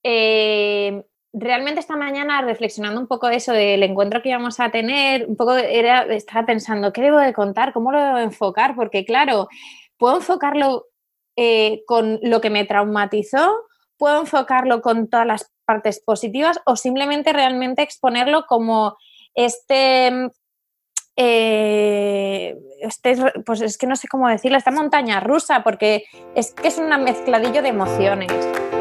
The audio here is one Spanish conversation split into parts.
Realmente esta mañana, reflexionando un poco de eso, del encuentro que íbamos a tener, un poco estaba pensando, ¿qué debo de contar? ¿Cómo lo debo de enfocar? Porque claro, puedo enfocarlo con lo que me traumatizó, puedo enfocarlo con todas las partes positivas o simplemente realmente exponerlo como pues es que no sé cómo decirlo, esta montaña rusa, porque es que es un mezcladillo de emociones.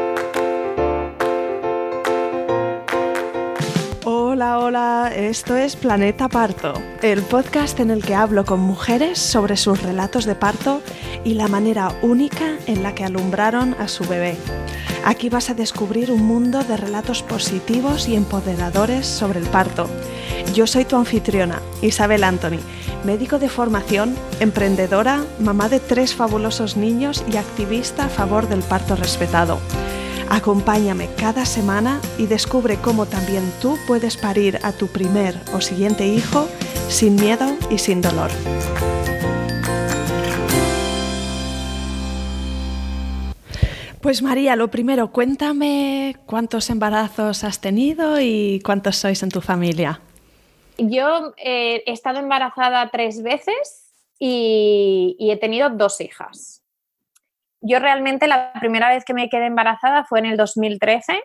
Hola, hola, esto es Planeta Parto, el podcast en el que hablo con mujeres sobre sus relatos de parto y la manera única en la que alumbraron a su bebé. Aquí vas a descubrir un mundo de relatos positivos y empoderadores sobre el parto. Yo soy tu anfitriona, Isabel Anthony, médico de formación, emprendedora, mamá de 3 fabulosos niños y activista a favor del parto respetado. Acompáñame cada semana y descubre cómo también tú puedes parir a tu primer o siguiente hijo sin miedo y sin dolor. Pues María, lo primero, cuéntame cuántos embarazos has tenido y cuántos sois en tu familia. Yo he estado embarazada 3 veces y he tenido 2 hijas. Yo realmente la primera vez que me quedé embarazada fue en el 2013.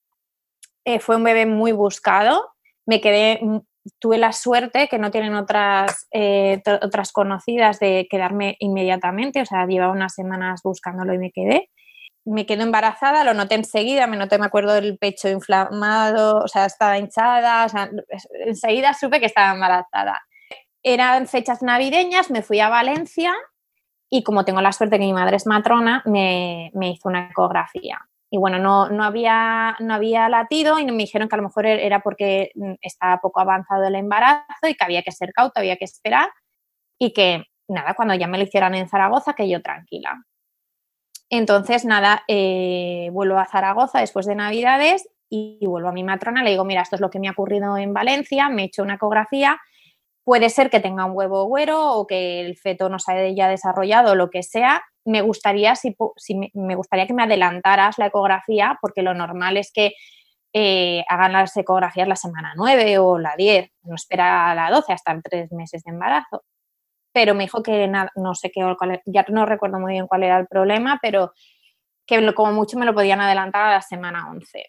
Fue un bebé muy buscado. Tuve la suerte, que no tienen otras conocidas, de quedarme inmediatamente. O sea, llevaba unas semanas buscándolo y me quedé. Me quedo embarazada, lo noté enseguida, me acuerdo del pecho inflamado, o sea, estaba hinchada, o sea, enseguida supe que estaba embarazada. Eran fechas navideñas, me fui a Valencia y como tengo la suerte que mi madre es matrona, me hizo una ecografía. Y bueno, no había latido y me dijeron que a lo mejor era porque estaba poco avanzado el embarazo y que había que ser cauta, había que esperar y que nada, cuando ya me lo hicieran en Zaragoza, que yo tranquila. Entonces, nada, vuelvo a Zaragoza después de Navidades y vuelvo a mi matrona, le digo, mira, esto es lo que me ha ocurrido en Valencia, me he hecho una ecografía, puede ser que tenga un huevo güero o que el feto no se haya desarrollado o lo que sea. Me gustaría, me gustaría que me adelantaras la ecografía, porque lo normal es que hagan las ecografías la semana 9 o la 10, no espera a la 12 hasta 3 meses de embarazo. Pero me dijo que no sé qué, ya no recuerdo muy bien cuál era el problema, pero que como mucho me lo podían adelantar a la semana 11.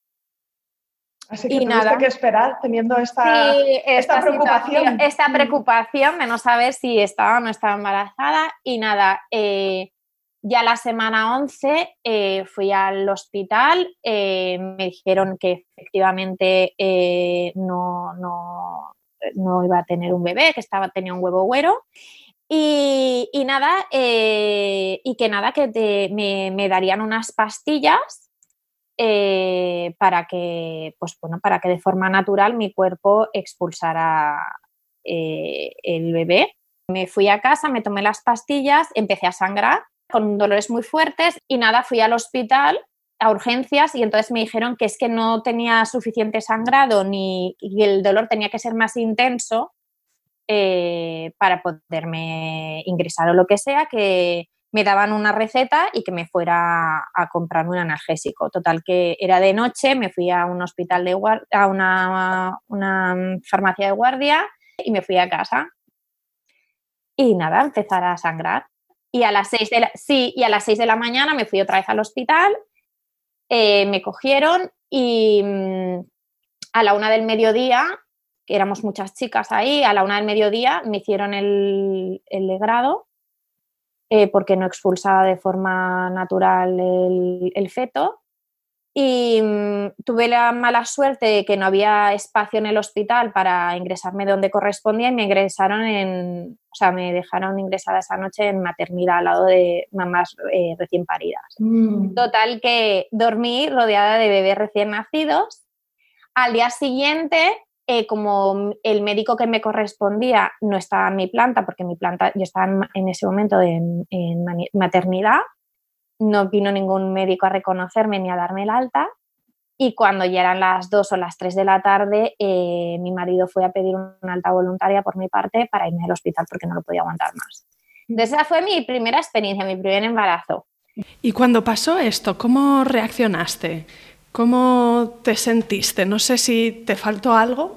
Así que tuviste que esperar teniendo esta preocupación. Esta preocupación de no saber si estaba o no estaba embarazada. Y nada, ya la semana 11 fui al hospital, me dijeron que efectivamente no iba a tener un bebé, que tenía un huevo güero. Y nada, me darían unas pastillas para que de forma natural mi cuerpo expulsara el bebé. Me fui a casa, me tomé las pastillas, empecé a sangrar con dolores muy fuertes y nada, fui al hospital a urgencias y entonces me dijeron que es que no tenía suficiente sangrado y el dolor tenía que ser más intenso para poderme ingresar o lo que sea, que me daban una receta y que me fuera a comprarme un analgésico. Total, que era de noche, me fui a un hospital a una farmacia de guardia y me fui a casa. Y nada, empezar a sangrar. Y a las 6 de la mañana me fui otra vez al hospital, me cogieron y a la 1 del mediodía, que éramos muchas chicas ahí, a la 1 del mediodía me hicieron el legrado porque no expulsaba de forma natural el feto. Y tuve la mala suerte de que no había espacio en el hospital para ingresarme donde correspondía y me dejaron ingresada esa noche en maternidad al lado de mamás recién paridas. Total, que dormí rodeada de bebés recién nacidos. Al día siguiente, como el médico que me correspondía no estaba en mi planta, porque yo estaba en ese momento en maternidad, no vino ningún médico a reconocerme ni a darme el alta, y cuando ya eran las 2 o las 3 de la tarde, mi marido fue a pedir una alta voluntaria por mi parte para irme al hospital porque no lo podía aguantar más. Entonces esa fue mi primera experiencia, mi primer embarazo. Y cuando pasó esto, ¿cómo reaccionaste? ¿Cómo te sentiste? No sé si te faltó algo.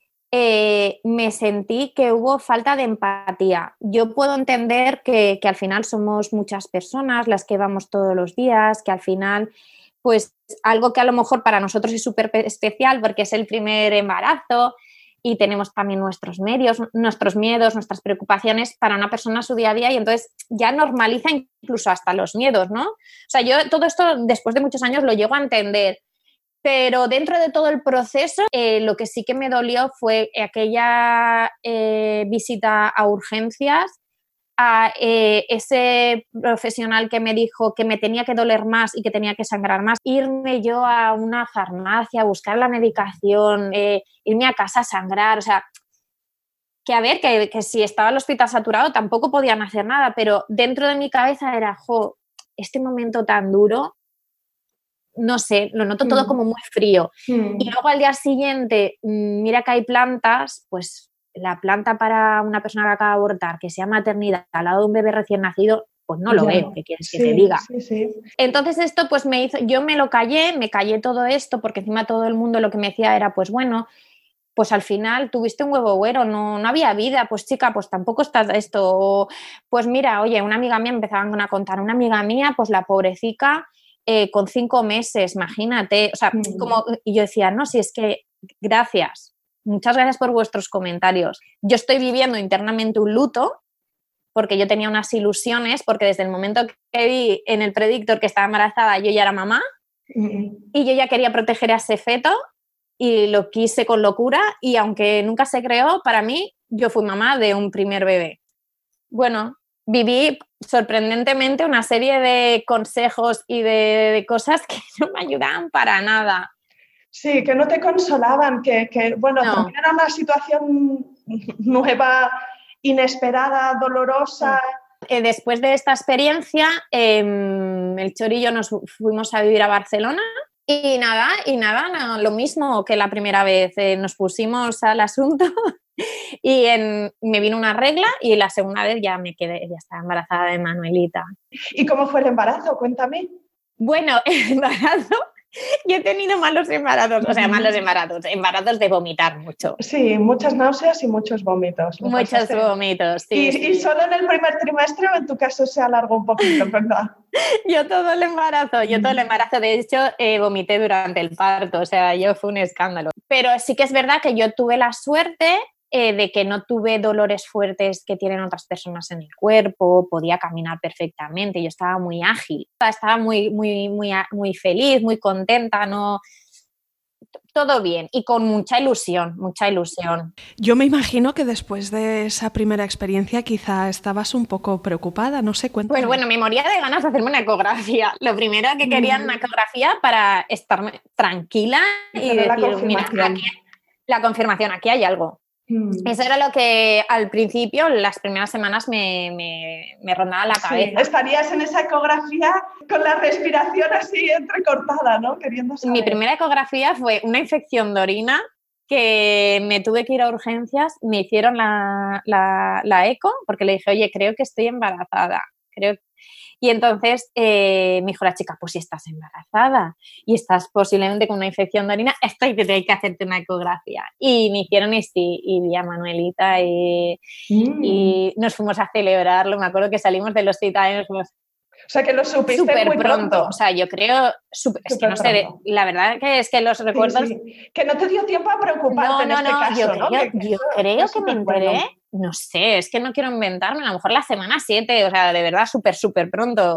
Me sentí que hubo falta de empatía. Yo puedo entender que al final somos muchas personas las que vamos todos los días, que al final, pues algo que a lo mejor para nosotros es súper especial porque es el primer embarazo y tenemos también nuestros medios, nuestros miedos, nuestras preocupaciones para una persona su día a día y entonces ya normaliza incluso hasta los miedos, ¿no? O sea, yo todo esto después de muchos años lo llego a entender. Pero dentro de todo el proceso, lo que sí que me dolió fue aquella visita a urgencias, a ese profesional que me dijo que me tenía que doler más y que tenía que sangrar más, irme yo a una farmacia a buscar la medicación, irme a casa a sangrar, o sea, que a ver, que si estaba el hospital saturado tampoco podían hacer nada, pero dentro de mi cabeza era, este momento tan duro, no sé, lo noto todo como muy frío. Y luego al día siguiente, mira que hay plantas, pues la planta para una persona que acaba de abortar, que sea maternidad al lado de un bebé recién nacido, pues no lo veo, ¿qué quieres que te diga? Sí. Entonces esto pues me hizo, yo me callé todo esto, porque encima todo el mundo lo que me decía era, pues bueno, pues al final tuviste un huevo güero, no había vida, pues chica, pues tampoco estás esto. O, pues mira, oye, una amiga mía, me empezaban a contar, una amiga mía, pues la pobrecita, con 5 meses, imagínate, o sea, como, y yo decía, no, si es que gracias, muchas gracias por vuestros comentarios. Yo estoy viviendo internamente un luto porque yo tenía unas ilusiones, porque desde el momento que vi en el predictor que estaba embarazada, yo ya era mamá y yo ya quería proteger a ese feto y lo quise con locura y aunque nunca se creó, para mí, yo fui mamá de un primer bebé. Bueno, viví sorprendentemente una serie de consejos y de cosas que no me ayudaban para nada. Sí, que no te consolaban, bueno, No. también era una situación nueva, inesperada, dolorosa. Después de esta experiencia, el Chori y yo nos fuimos a vivir a Barcelona y nada, lo mismo que la primera vez. Nos pusimos al asunto y me vino una regla y la segunda vez ya ya estaba embarazada de Manuelita. ¿Y cómo fue el embarazo? Cuéntame. Bueno, el embarazo, yo he tenido malos embarazos, o sea, embarazos de vomitar mucho. Sí, muchas náuseas y muchos vómitos. Muchos vómitos, sí. ¿Y solo en el primer trimestre o en tu caso se alargó un poquito, verdad? Yo todo el embarazo, de hecho, vomité durante el parto, o sea, fue un escándalo. Pero sí que es verdad que yo tuve la suerte de que no tuve dolores fuertes que tienen otras personas en el cuerpo, podía caminar perfectamente, yo estaba muy ágil, estaba muy feliz, muy contenta, no... Todo bien y con mucha ilusión, mucha ilusión. Yo me imagino que después de esa primera experiencia quizá estabas un poco preocupada, no sé, cuéntame. Pues bueno, me moría de ganas de hacerme una ecografía. Lo primero que quería era una ecografía para estar tranquila y decir, mira, la confirmación, aquí hay algo. Eso era lo que al principio, las primeras semanas, me rondaba la cabeza. Sí, estarías en esa ecografía con la respiración así entrecortada, ¿no? Queriendo saber. Mi primera ecografía fue una infección de orina que me tuve que ir a urgencias, me hicieron la eco porque le dije, oye, creo que estoy embarazada. Y entonces me dijo la chica, pues si estás embarazada y estás posiblemente con una infección de orina, esto hay que hacerte una ecografía. Y me hicieron y vi a Manuelita y nos fuimos a celebrarlo. Me acuerdo que salimos del hospital y nos fuimos... O sea, que lo supiste súper muy pronto. O sea, yo creo... es que no sé, la verdad que es que los recuerdos... Sí. Que no te dio tiempo a preocuparte en este caso, ¿no? Yo creo que me enteré... Bueno. No sé, es que no quiero inventarme, a lo mejor la semana 7, o sea, de verdad, súper pronto.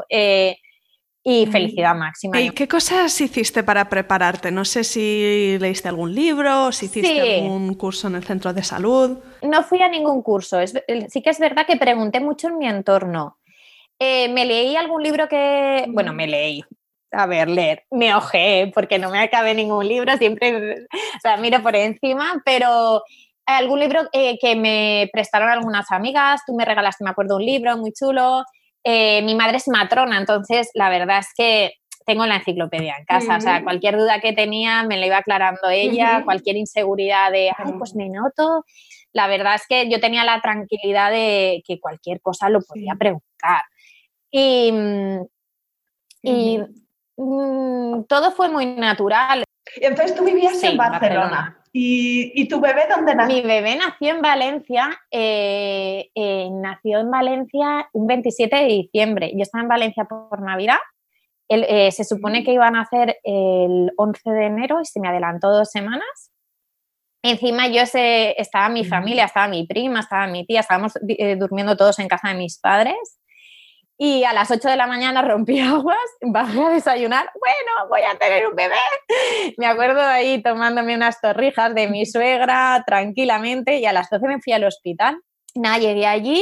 Y felicidad máxima. ¿Y qué cosas hiciste para prepararte? No sé si leíste algún libro, si hiciste algún curso en el centro de salud. No fui a ningún curso. Sí que es verdad que pregunté mucho en mi entorno. Me leí algún libro que... Bueno, me leí. A ver, leer. Me ojeé porque no me acabé ningún libro. Siempre, o sea, miro por encima, pero... algún libro que me prestaron algunas amigas, tú me regalaste, me acuerdo, un libro muy chulo. Mi madre es matrona, entonces la verdad es que tengo la enciclopedia en casa, o sea, cualquier duda que tenía me la iba aclarando ella, cualquier inseguridad de, ay, pues me noto. La verdad es que yo tenía la tranquilidad de que cualquier cosa lo podía preguntar. Y Todo fue muy natural. Entonces tú vivías en Barcelona. ¿Y tu bebé dónde nació? Mi bebé nació en Valencia, nació en Valencia un 27 de diciembre. Yo estaba en Valencia por Navidad. Se supone que iban a nacer el 11 de enero y se me adelantó 2 semanas. Encima estaba mi familia, estaba mi prima, estaba mi tía, estábamos durmiendo todos en casa de mis padres. Y a las 8 de la mañana rompí aguas, bajé a desayunar. Bueno, voy a tener un bebé. Me acuerdo ahí tomándome unas torrijas de mi suegra tranquilamente y a las 12 me fui al hospital. Nada, llegué allí,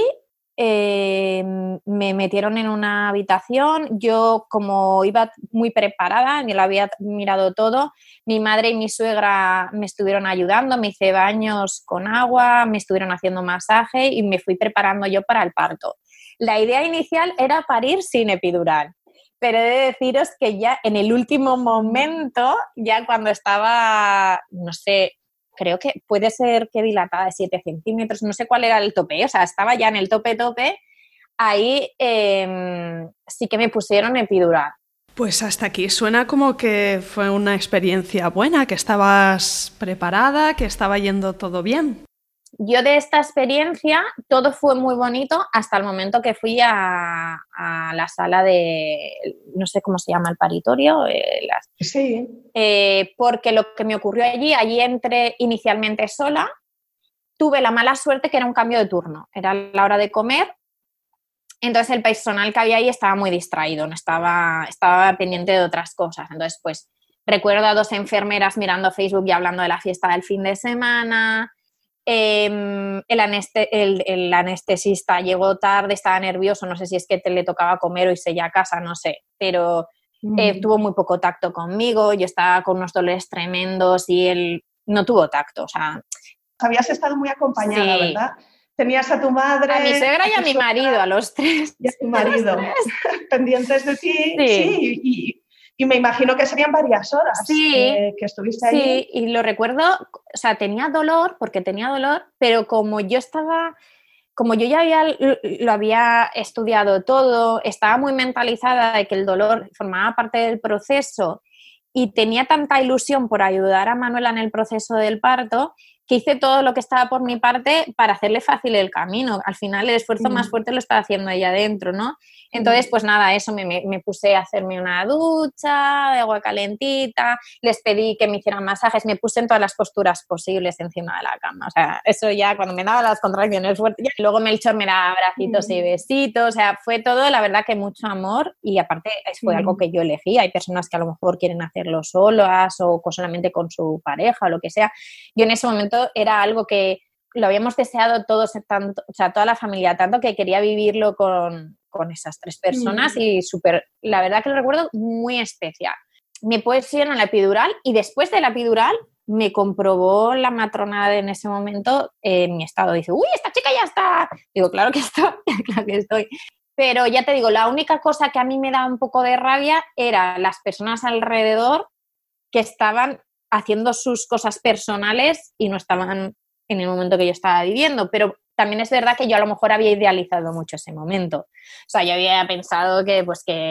me metieron en una habitación. Yo, como iba muy preparada, me lo había mirado todo, mi madre y mi suegra me estuvieron ayudando, me hice baños con agua, me estuvieron haciendo masaje y me fui preparando yo para el parto. La idea inicial era parir sin epidural, pero he de deciros que ya en el último momento, ya cuando estaba, no sé, creo que puede ser que dilatada de 7 centímetros, no sé cuál era el tope, o sea, estaba ya en el tope, ahí sí que me pusieron epidural. Pues hasta aquí suena como que fue una experiencia buena, que estabas preparada, que estaba yendo todo bien. Yo de esta experiencia, todo fue muy bonito hasta el momento que fui a la sala de, no sé cómo se llama el paritorio. Sí. Porque lo que me ocurrió allí entré inicialmente sola, tuve la mala suerte que era un cambio de turno, era la hora de comer, entonces el personal que había ahí estaba muy distraído, no estaba pendiente de otras cosas, entonces pues recuerdo a 2 enfermeras mirando Facebook y hablando de la fiesta del fin de semana. El anestesista llegó tarde, estaba nervioso, no sé si es que le tocaba comer o irse ya a casa, no sé, pero tuvo muy poco tacto conmigo, yo estaba con unos dolores tremendos y él no tuvo tacto, o sea... Habías estado muy acompañada, sí. ¿Verdad? Tenías a tu madre... A mi suegra y a mi marido, a los 3. Y a tu marido, pendientes de ti, sí, y me imagino que serían varias horas que estuviste allí. Sí, y lo recuerdo, o sea, tenía dolor, pero como yo ya lo había estudiado todo, estaba muy mentalizada de que el dolor formaba parte del proceso y tenía tanta ilusión por ayudar a Manuela en el proceso del parto, que hice todo lo que estaba por mi parte para hacerle fácil el camino. Al final el esfuerzo más fuerte lo estaba haciendo ella adentro, ¿no? Entonces, pues nada, eso me puse a hacerme una ducha de agua calentita, les pedí que me hicieran masajes, me puse en todas las posturas posibles encima de la cama. O sea, eso ya cuando me daba las contracciones fuertes. Luego Melchor me daba abracitos y besitos. O sea, fue todo, la verdad, que mucho amor y aparte fue algo que yo elegí. Hay personas que a lo mejor quieren hacerlo solas o solamente con su pareja o lo que sea. Yo en ese momento era algo que lo habíamos deseado todos, tanto, o sea, toda la familia, tanto que quería vivirlo con esas 3 personas y la verdad que lo recuerdo muy especial. Me pusieron la epidural y después de la epidural me comprobó la matrona en ese momento mi estado. Dice, uy, esta chica ya está. Digo, claro que estoy. Pero ya te digo, la única cosa que a mí me da un poco de rabia era las personas alrededor que estaban haciendo sus cosas personales y no estaban en el momento que yo estaba viviendo, pero también es verdad que yo a lo mejor había idealizado mucho ese momento. O sea, yo había pensado que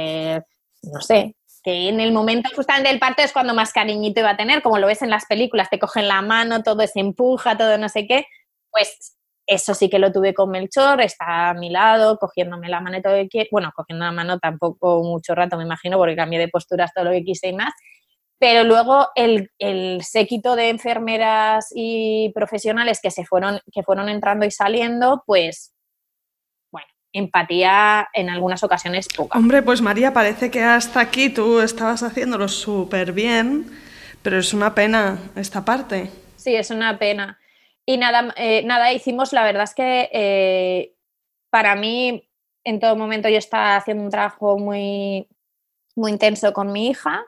no sé, que en el momento justamente del parto es cuando más cariñito iba a tener, como lo ves en las películas, te cogen la mano, todo se empuja, todo no sé qué, pues eso sí que lo tuve con Melchor, está a mi lado, cogiéndome la mano y todo lo que quiera. Bueno, cogiendo la mano tampoco mucho rato, me imagino, porque cambié de posturas todo lo que quise y más. Pero luego el séquito de enfermeras y profesionales que fueron entrando y saliendo, pues, bueno, empatía en algunas ocasiones poca. Hombre, pues María, parece que hasta aquí tú estabas haciéndolo súper bien, pero es una pena esta parte. Sí, es una pena. Y nada hicimos, la verdad es que para mí en todo momento yo estaba haciendo un trabajo muy, muy intenso con mi hija.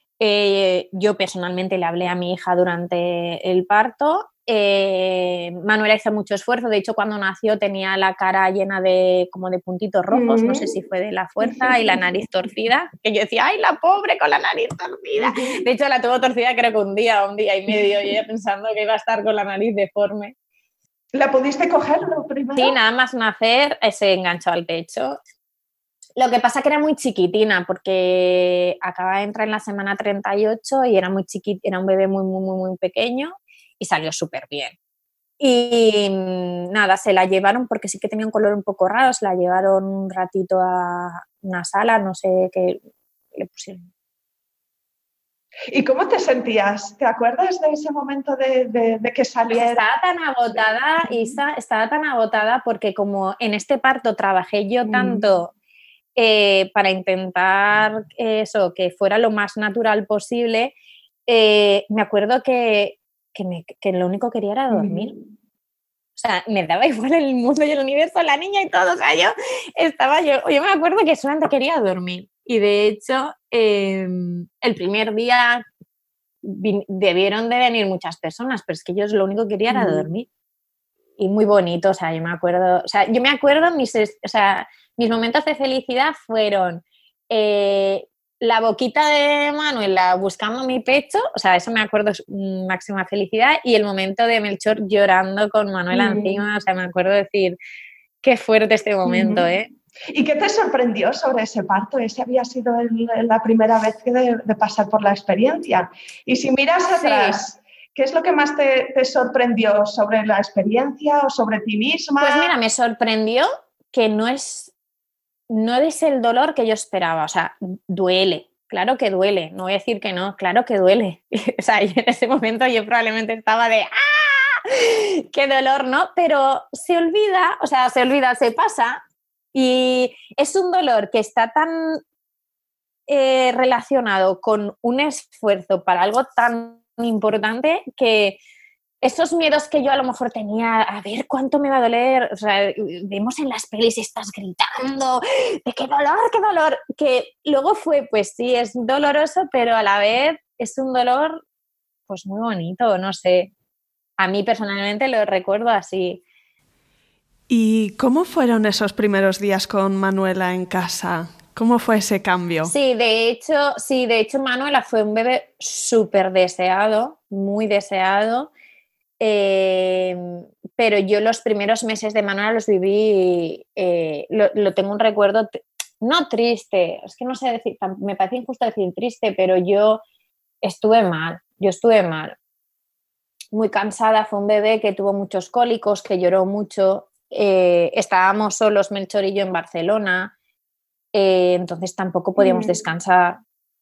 Yo personalmente le hablé a mi hija durante el parto. Manuela hizo mucho esfuerzo, de hecho cuando nació tenía la cara llena como de puntitos rojos, no sé si fue de la fuerza, y la nariz torcida, que yo decía, ¡ay, la pobre con la nariz torcida! De hecho la tuvo torcida creo que un día y medio, y ella pensando que iba a estar con la nariz deforme. ¿La pudiste coger lo primero? Sí, nada más nacer se enganchó al pecho. Lo que pasa que era muy chiquitina porque acaba de entrar en la semana 38 y era muy chiquita, era un bebé muy, muy, muy, muy pequeño y salió súper bien. Y nada, se la llevaron porque sí que tenía un color un poco raro, se la llevaron un ratito a una sala, no sé qué le pusieron. ¿Y cómo te sentías? ¿Te acuerdas de ese momento de que saliera? Pues estaba tan agotada, Isa, estaba tan agotada porque como en este parto trabajé yo tanto para intentar eso, que fuera lo más natural posible, me acuerdo que lo único que quería era dormir. O sea, me daba igual el mundo y el universo, la niña y todo. O sea, yo me acuerdo que solamente quería dormir. Y de hecho, el primer día debieron de venir muchas personas, pero es que yo lo único que quería era dormir. Y muy bonito, o sea, yo me acuerdo mis momentos de felicidad fueron la boquita de Manuela buscando mi pecho, o sea, eso me acuerdo, es máxima felicidad, y el momento de Melchor llorando con Manuela encima, o sea, me acuerdo decir, qué fuerte este momento, ¿eh? ¿Y qué te sorprendió sobre ese parto? Ese había sido la primera vez de pasar por la experiencia. Y si miras atrás, ¿qué es lo que más te sorprendió sobre la experiencia o sobre ti misma? Pues mira, me sorprendió que no es el dolor que yo esperaba, o sea, duele, claro que duele, no voy a decir que no, claro que duele. O sea, y en ese momento yo probablemente estaba de ¡ah! ¡Qué dolor!, ¿no? Pero se olvida, se pasa y es un dolor que está tan relacionado con un esfuerzo para algo tan importante que esos miedos que yo a lo mejor tenía, a ver cuánto me va a doler, o sea, vemos en las pelis y estás gritando de qué dolor, que luego fue, pues sí, es doloroso, pero a la vez es un dolor pues muy bonito, no sé, a mí personalmente lo recuerdo así. ¿Y cómo fueron esos primeros días con Manuela en casa? ¿Cómo fue ese cambio? Sí, de hecho Manuela fue un bebé súper deseado, muy deseado. Pero yo los primeros meses de Manuela los viví, lo tengo un recuerdo, no triste, es que no sé decir, me parece injusto decir triste, pero yo estuve mal, muy cansada, fue un bebé que tuvo muchos cólicos, que lloró mucho, estábamos solos Melchor y yo en Barcelona, entonces tampoco podíamos descansar.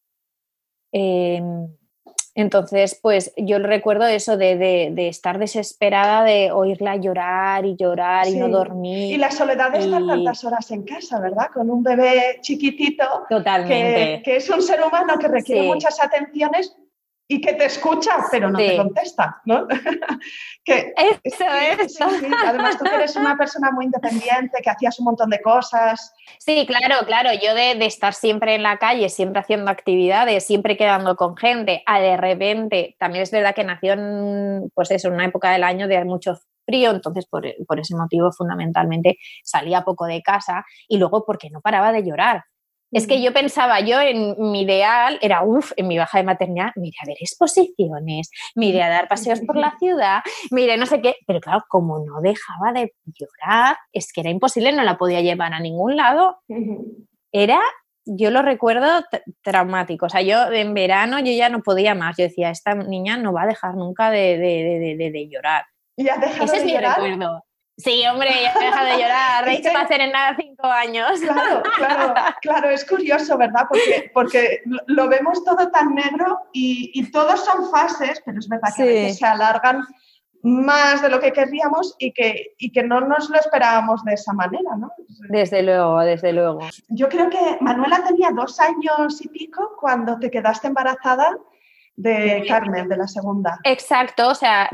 Entonces, pues yo recuerdo eso de estar desesperada, de oírla llorar y llorar y no dormir. Y la soledad de estar tantas horas en casa, ¿verdad? Con un bebé chiquitito. Totalmente. Que es un ser humano que requiere muchas atenciones y que te escucha, pero no te contesta, ¿no? Eso. Sí. Además, tú que eres una persona muy independiente, que hacías un montón de cosas. Sí, claro. Yo de estar siempre en la calle, siempre haciendo actividades, siempre quedando con gente, de repente, también es verdad que nació en una época del año de mucho frío, entonces por ese motivo fundamentalmente salía poco de casa y luego porque no paraba de llorar. Es que yo pensaba, en mi ideal era, en mi baja de maternidad, mire a ver exposiciones, mire a dar paseos por la ciudad, mire no sé qué, pero claro, como no dejaba de llorar, es que era imposible, no la podía llevar a ningún lado. Yo lo recuerdo traumático, o sea, yo en verano yo ya no podía más, yo decía, esta niña no va a dejar nunca de llorar. ¿Y has dejado de llorar? Ese es mi recuerdo. Sí, hombre, ya he dejado de llorar. De hecho, va a ser en nada 5 años. Claro, es curioso, ¿verdad? Porque lo vemos todo tan negro y todos son fases, pero es verdad que a veces se alargan más de lo que querríamos y que no nos lo esperábamos de esa manera, ¿no? Desde luego. Yo creo que Manuela tenía 2 años y pico cuando te quedaste embarazada de Carmen, de la segunda. Exacto,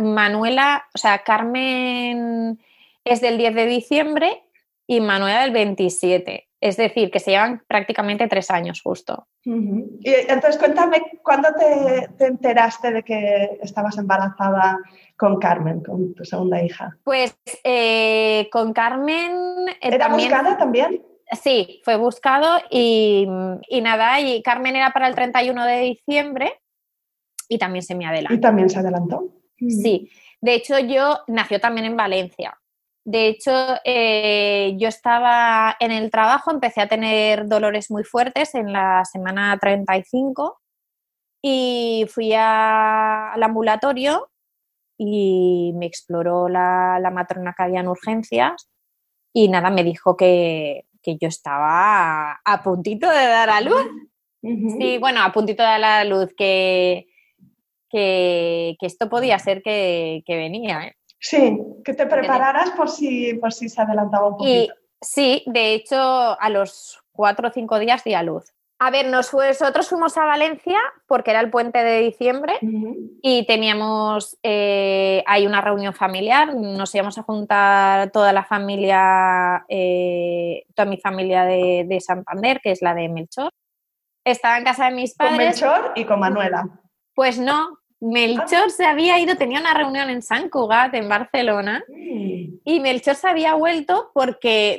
Carmen es del 10 de diciembre y Manuela del 27. Es decir, que se llevan prácticamente 3 años justo. Y entonces, cuéntame, ¿cuándo te enteraste de que estabas embarazada con Carmen, con tu segunda hija? Pues con Carmen... ¿Era buscada también? Sí, fue buscado y nada, y Carmen era para el 31 de diciembre y también se me adelantó. ¿Y también se adelantó? Sí, de hecho nació también en Valencia. De hecho, yo estaba en el trabajo, empecé a tener dolores muy fuertes en la semana 35 y fui al ambulatorio y me exploró la matrona que había en urgencias y nada, me dijo que yo estaba a puntito de dar a luz. Sí, bueno, a puntito de dar a luz, que esto podía ser que venía, ¿eh? Sí, que te prepararas por si se adelantaba un poquito. Y sí, de hecho, a los 4 o 5 días di a luz. A ver, nosotros fuimos a Valencia porque era el puente de diciembre y teníamos hay una reunión familiar, nos íbamos a juntar toda la familia, toda mi familia de Santander, que es la de Melchor. Estaba en casa de mis padres. Con Melchor y con Manuela. Pues no, Melchor se había ido, tenía una reunión en Sant Cugat, en Barcelona, y Melchor se había vuelto porque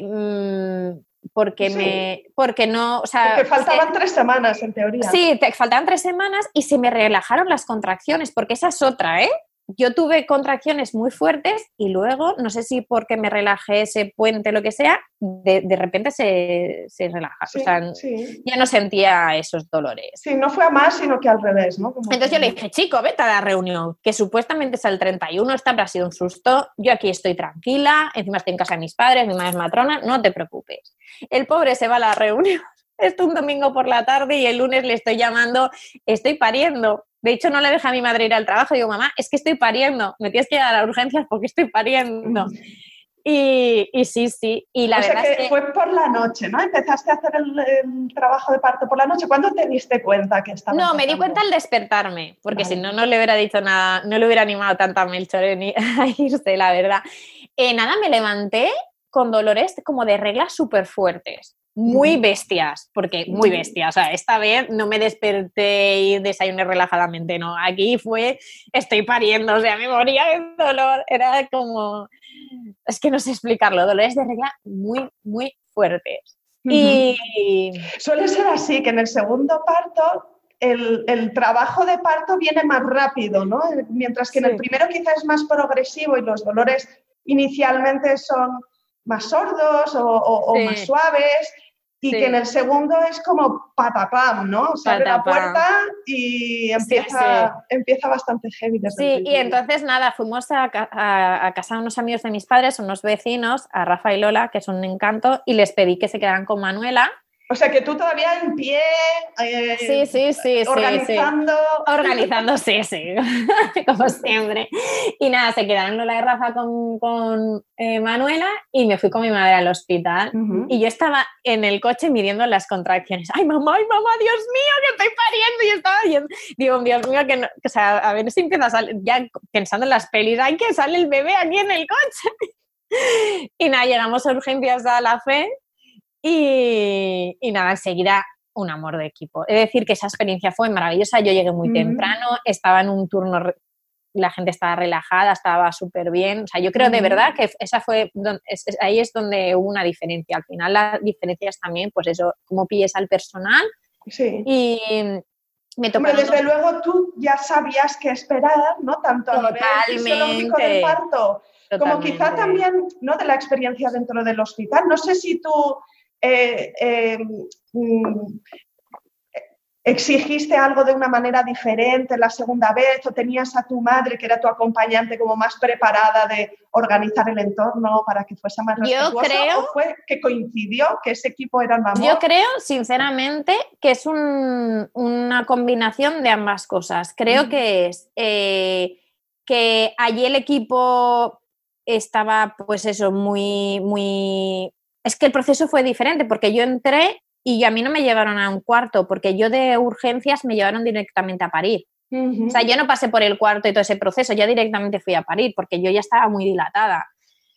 no, o sea... Porque faltaban 3 semanas, en teoría. Sí, faltaban 3 semanas y se me relajaron las contracciones, porque esa es otra, ¿eh? Yo tuve contracciones muy fuertes y luego, no sé si porque me relajé ese puente, lo que sea, de repente se relaja. Sí, o sea, ya no sentía esos dolores. Sí, no fue a más, sino que al revés, ¿no? Entonces yo le dije, chico, vete a la reunión, que supuestamente es el 31, esta habrá sido un susto, yo aquí estoy tranquila, encima estoy en casa de mis padres, mi madre es matrona, no te preocupes. El pobre se va a la reunión, esto un domingo por la tarde y el lunes le estoy llamando, estoy pariendo. De hecho, no le dejé a mi madre ir al trabajo, digo, mamá, es que estoy pariendo, me tienes que llevar a urgencias porque estoy pariendo. Y sí, y la verdad es que fue por la noche, ¿no? Empezaste a hacer el trabajo de parto por la noche. ¿Cuándo te diste cuenta que estaba empezando? Me di cuenta al despertarme, porque si no, no le hubiera dicho nada, no le hubiera animado tanto a Melchor a irse, la verdad. Nada, me levanté con dolores como de reglas súper fuertes. Muy bestias, porque muy bestias. O sea, esta vez no me desperté y desayuné relajadamente, no. Aquí estoy pariendo, o sea, me moría de dolor. Era como, es que no sé explicarlo, dolores de regla muy, muy fuertes. Y suele ser así, que en el segundo parto el trabajo de parto viene más rápido, ¿no? Mientras que en el primero quizás es más progresivo y los dolores inicialmente son más sordos o más suaves. Y que en el segundo es como patapam, ¿no? Se abre la puerta y empieza bastante heavy. Y entonces nada, fuimos a casa de unos amigos de mis padres, unos vecinos, a Rafa y Lola, que son un encanto, y les pedí que se quedaran con Manuela. O sea, que tú todavía en pie, organizando. Organizando, sí, como siempre. Y nada, se quedaron Lola y Rafa con Manuela y me fui con mi madre al hospital. Y yo estaba en el coche midiendo las contracciones. ¡Ay, mamá, Dios mío, que estoy pariendo! Y estaba digo, Dios mío, que no, o sea, a ver si empieza a salir, ya pensando en las pelis, ¡ay, que sale el bebé aquí en el coche! Y nada, llegamos a urgencias a la Fe. Y nada, enseguida un amor de equipo. Es decir, que esa experiencia fue maravillosa. Yo llegué muy temprano, estaba en un turno, la gente estaba relajada, estaba súper bien. O sea, yo creo de verdad que esa fue ahí es donde hubo una diferencia. Al final la diferencia es también, pues eso, cómo pilles al personal. Sí. Y me tocó. Desde luego tú ya sabías qué esperar, ¿no? Tanto a nivel fisiológico del parto, como quizá también, ¿no?, de la experiencia dentro del hospital. No sé si tú exigiste algo de una manera diferente la segunda vez o tenías a tu madre, que era tu acompañante, como más preparada de organizar el entorno para que fuese más respetuoso. Yo creo, ¿o fue que coincidió, que ese equipo era un amor? Yo creo, sinceramente, que es una combinación de ambas cosas. Creo que es que allí el equipo estaba, pues eso, muy... Es que el proceso fue diferente porque yo entré y a mí no me llevaron a un cuarto porque yo de urgencias me llevaron directamente a parir. O sea, yo no pasé por el cuarto y todo ese proceso, yo directamente fui a parir porque yo ya estaba muy dilatada.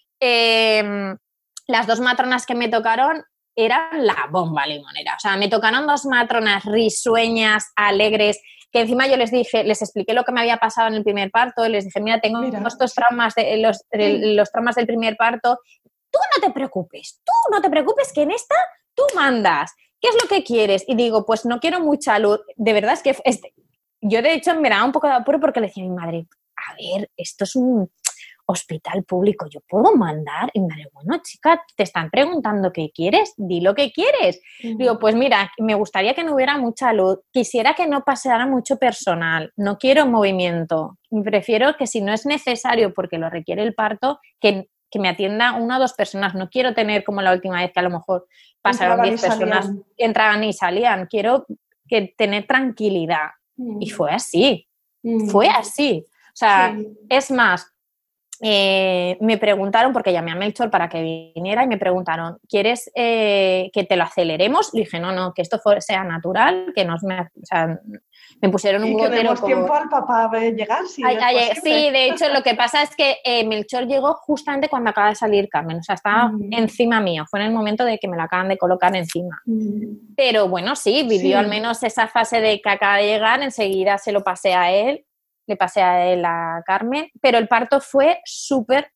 Las 2 matronas que me tocaron eran la bomba limonera. O sea, me tocaron 2 matronas risueñas, alegres, que encima yo les expliqué lo que me había pasado en el primer parto y les dije, mira, tengo estos traumas, los traumas del primer parto. Tú no te preocupes, que en esta tú mandas. ¿Qué es lo que quieres? Y digo, pues no quiero mucha luz. De verdad es que yo de hecho me daba un poco de apuro porque le decía a mi madre, a ver, esto es hospital público, ¿yo puedo mandar? Y me dice, bueno, chica, te están preguntando qué quieres, di lo que quieres. Digo, pues mira, me gustaría que no hubiera mucha luz, quisiera que no pasara mucho personal, no quiero movimiento, prefiero que si no es necesario porque lo requiere el parto, que me atienda 1 o 2 personas, no quiero tener como la última vez que a lo mejor pasaron 10 personas, entraban y salían, quiero tener tranquilidad. Y fue así, fue así. O sea, es más, me preguntaron, porque llamé a Melchor para que viniera y me preguntaron, ¿quieres que te lo aceleremos? Le dije, no, que esto sea natural, que me pusieron un gotero. Y que demos tiempo al papá de llegar, si es posible. Sí, de hecho, lo que pasa es que Melchor llegó justamente cuando acaba de salir Carmen, o sea, estaba encima mío, fue en el momento de que me la acaban de colocar encima. Pero bueno, sí, vivió al menos esa fase de que acaba de llegar, enseguida se lo pasé a él. Le pasé a él a Carmen, pero el parto fue súper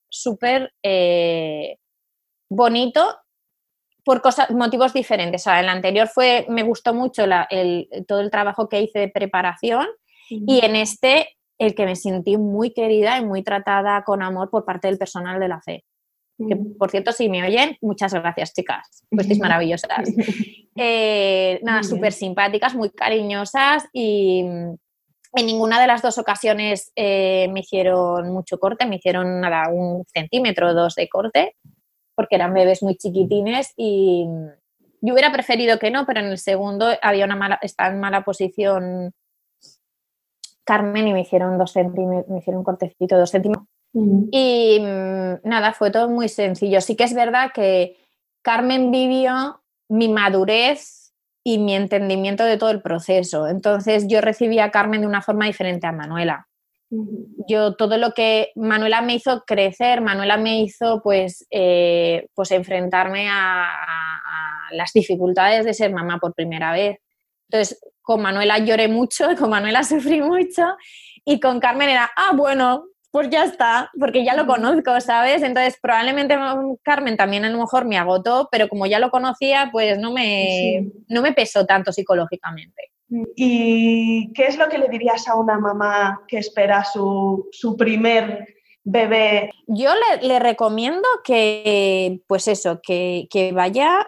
bonito por motivos diferentes. O sea, el anterior me gustó mucho todo el trabajo que hice de preparación y en el que me sentí muy querida y muy tratada con amor por parte del personal de la FE. Que, por cierto, si me oyen, muchas gracias, chicas, fuisteis maravillosas. Súper simpáticas, muy cariñosas y... En ninguna de las 2 ocasiones me hicieron mucho corte, me hicieron 1 centímetro o 2 de corte, porque eran bebés muy chiquitines y yo hubiera preferido que no, pero en el segundo estaba en mala posición Carmen y me hicieron 2 centímetros, me hicieron un cortecito de 2 centímetros. Y fue todo muy sencillo. Sí que es verdad que Carmen vivió mi madurez y mi entendimiento de todo el proceso. Entonces yo recibí a Carmen de una forma diferente a Manuela. Yo todo lo que Manuela me hizo crecer, Manuela me hizo pues enfrentarme a las dificultades de ser mamá por primera vez. Entonces con Manuela lloré mucho, con Manuela sufrí mucho y con Carmen era, bueno, pues ya está, porque ya lo conozco, ¿sabes? Entonces, probablemente Carmen también a lo mejor me agotó, pero como ya lo conocía, pues no me pesó tanto psicológicamente. ¿Y qué es lo que le dirías a una mamá que espera su primer bebé? Yo le recomiendo que, pues eso, que vaya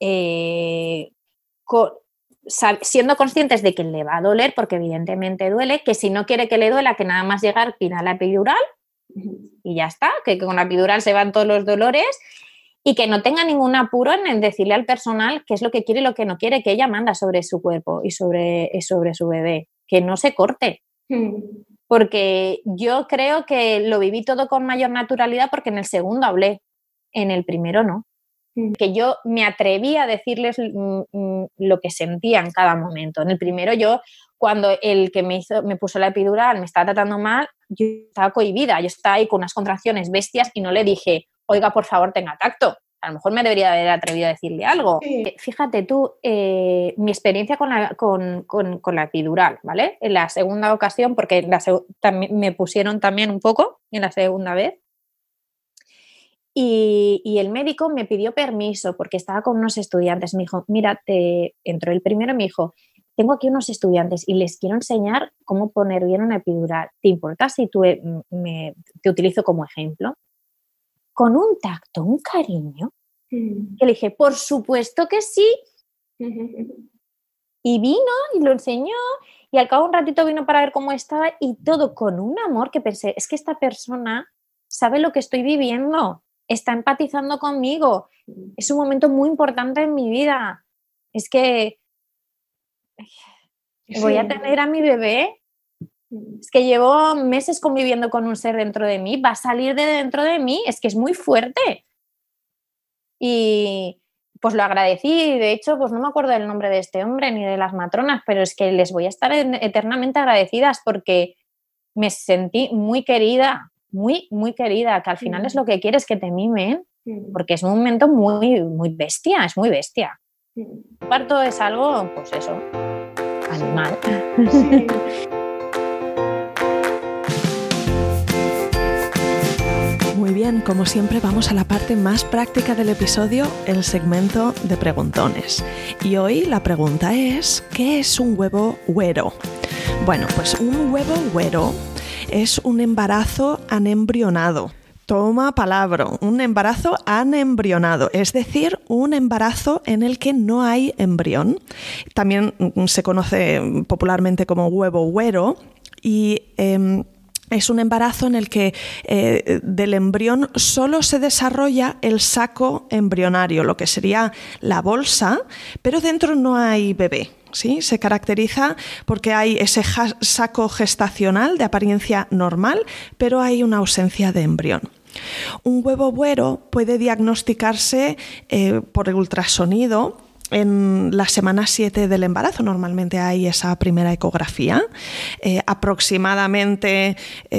siendo conscientes de que le va a doler, porque evidentemente duele, que si no quiere que le duela, que nada más llegar pida la epidural y ya está, que con la epidural se van todos los dolores y que no tenga ningún apuro en decirle al personal qué es lo que quiere y lo que no quiere, que ella manda sobre su cuerpo y sobre su bebé, que no se corte. Porque yo creo que lo viví todo con mayor naturalidad porque en el segundo hablé, en el primero no. Que yo me atreví a decirles lo que sentía en cada momento. En el primero yo, cuando el que me puso la epidural me estaba tratando mal, yo estaba cohibida, yo estaba ahí con unas contracciones bestias y no le dije, oiga, por favor, tenga tacto. A lo mejor me debería haber atrevido a decirle algo. Sí. Fíjate tú, mi experiencia con la epidural, ¿vale? En la segunda ocasión, porque también me pusieron también un poco en la segunda vez. Y el médico me pidió permiso porque estaba con unos estudiantes. Me dijo, mira, entró el primero y me dijo, tengo aquí unos estudiantes y les quiero enseñar cómo poner bien una epidural. ¿Te importa si te utilizo como ejemplo? Con un tacto, un cariño. Y le dije, por supuesto que sí. Y vino y lo enseñó y al cabo de un ratito vino para ver cómo estaba y todo con un amor que pensé, es que esta persona sabe lo que estoy viviendo. Está empatizando conmigo. Es un momento muy importante en mi vida. Es que voy a tener a mi bebé. Es que llevo meses conviviendo con un ser dentro de mí. Va a salir de dentro de mí. Es que es muy fuerte. Y pues lo agradecí. De hecho, pues no me acuerdo del nombre de este hombre ni de las matronas, pero es que les voy a estar eternamente agradecidas porque me sentí muy querida. Muy, muy querida, que al final es lo que quieres, que te mimen, porque es un momento muy, muy bestia, es muy bestia. El parto es algo, pues eso, animal. Sí. Muy bien, como siempre vamos a la parte más práctica del episodio, el segmento de preguntones. Y hoy la pregunta es, ¿qué es un huevo huero? Bueno, pues un huevo huero es un embarazo anembrionado. Toma palabra, un embarazo anembrionado, es decir, un embarazo en el que no hay embrión. También se conoce popularmente como huevo huero y es un embarazo en el que del embrión solo se desarrolla el saco embrionario, lo que sería la bolsa, pero dentro no hay bebé. ¿Sí? Se caracteriza porque hay ese saco gestacional de apariencia normal, pero hay una ausencia de embrión. Un huevo huero puede diagnosticarse por el ultrasonido en la semana 7 del embarazo. Normalmente hay esa primera ecografía. Aproximadamente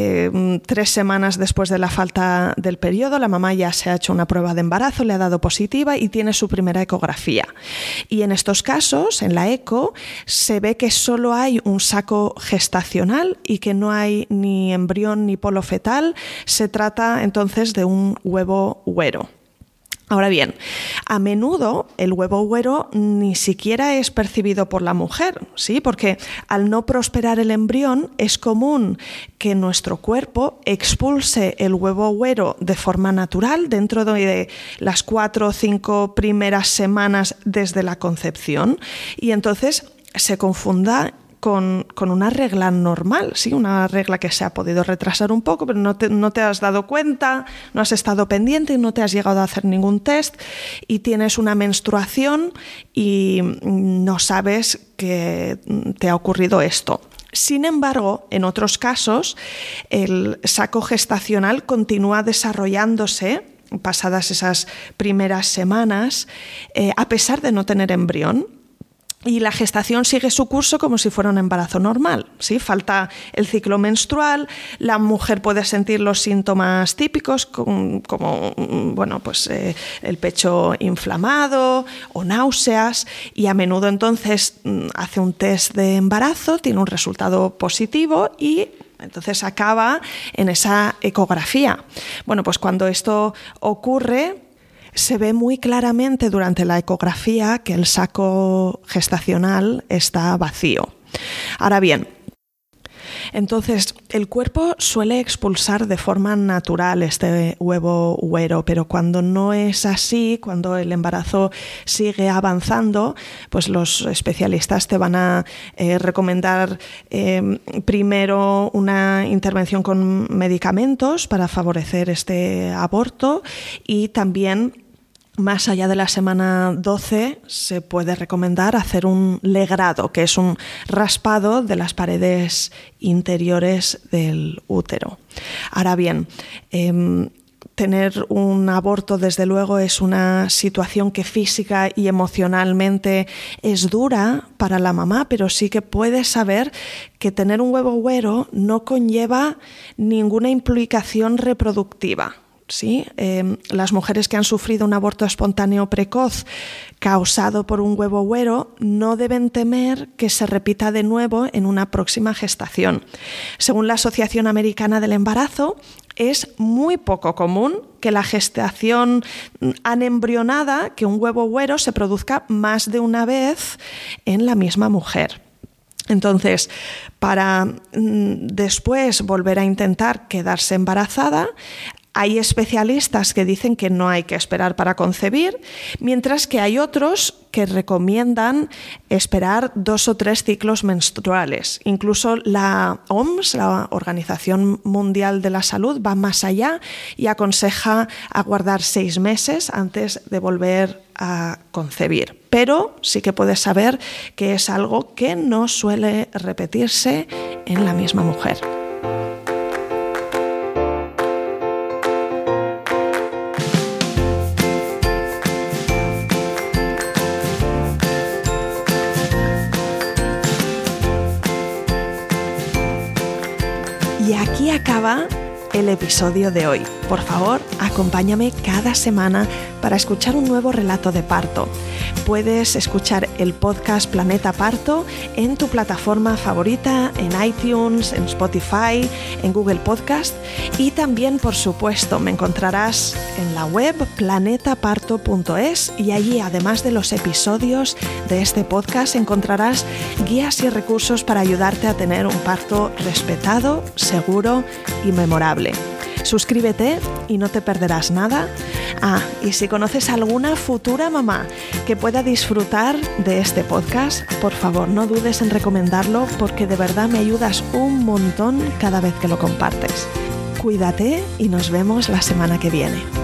3 semanas después de la falta del periodo, la mamá ya se ha hecho una prueba de embarazo, le ha dado positiva y tiene su primera ecografía. Y en estos casos, en la eco, se ve que solo hay un saco gestacional y que no hay ni embrión ni polo fetal. Se trata entonces de un huevo huero. Ahora bien, a menudo el huevo huero ni siquiera es percibido por la mujer, ¿sí? Porque al no prosperar el embrión es común que nuestro cuerpo expulse el huevo huero de forma natural dentro de las 4 o 5 primeras semanas desde la concepción y entonces se confunda con una regla normal, ¿sí? Una regla que se ha podido retrasar un poco, pero no te has dado cuenta, no has estado pendiente y no te has llegado a hacer ningún test y tienes una menstruación y no sabes que te ha ocurrido esto. Sin embargo, en otros casos, el saco gestacional continúa desarrollándose pasadas esas primeras semanas, a pesar de no tener embrión. Y la gestación sigue su curso como si fuera un embarazo normal, ¿sí? Falta el ciclo menstrual, la mujer puede sentir los síntomas típicos como el pecho inflamado o náuseas y a menudo entonces hace un test de embarazo, tiene un resultado positivo y entonces acaba en esa ecografía. Bueno, pues cuando esto ocurre, se ve muy claramente durante la ecografía que el saco gestacional está vacío. Ahora bien, entonces el cuerpo suele expulsar de forma natural este huevo huero, pero cuando no es así, cuando el embarazo sigue avanzando, pues los especialistas te van a recomendar primero una intervención con medicamentos para favorecer este aborto y también más allá de la semana 12 se puede recomendar hacer un legrado, que es un raspado de las paredes interiores del útero. Ahora bien, tener un aborto desde luego es una situación que física y emocionalmente es dura para la mamá, pero sí que puedes saber que tener un huevo huero no conlleva ninguna implicación reproductiva. ¿Sí? Las mujeres que han sufrido un aborto espontáneo precoz causado por un huevo huero no deben temer que se repita de nuevo en una próxima gestación. Según la Asociación Americana del Embarazo, es muy poco común que la gestación anembrionada, que un huevo huero se produzca más de una vez en la misma mujer. Entonces, para después volver a intentar quedarse embarazada, hay especialistas que dicen que no hay que esperar para concebir, mientras que hay otros que recomiendan esperar 2 o 3 ciclos menstruales. Incluso la OMS, la Organización Mundial de la Salud, va más allá y aconseja aguardar 6 meses antes de volver a concebir. Pero sí que puedes saber que es algo que no suele repetirse en la misma mujer. Y aquí acaba el episodio de hoy. Por favor, acompáñame cada semana para escuchar un nuevo relato de parto. Puedes escuchar el podcast Planeta Parto en tu plataforma favorita, en iTunes, en Spotify, en Google Podcast y también, por supuesto, me encontrarás en la web planetaparto.es y allí, además de los episodios de este podcast, encontrarás guías y recursos para ayudarte a tener un parto respetado, seguro y memorable. Suscríbete y no te perderás nada. Y si conoces a alguna futura mamá que pueda disfrutar de este podcast, por favor no dudes en recomendarlo porque de verdad me ayudas un montón cada vez que lo compartes. Cuídate y nos vemos la semana que viene.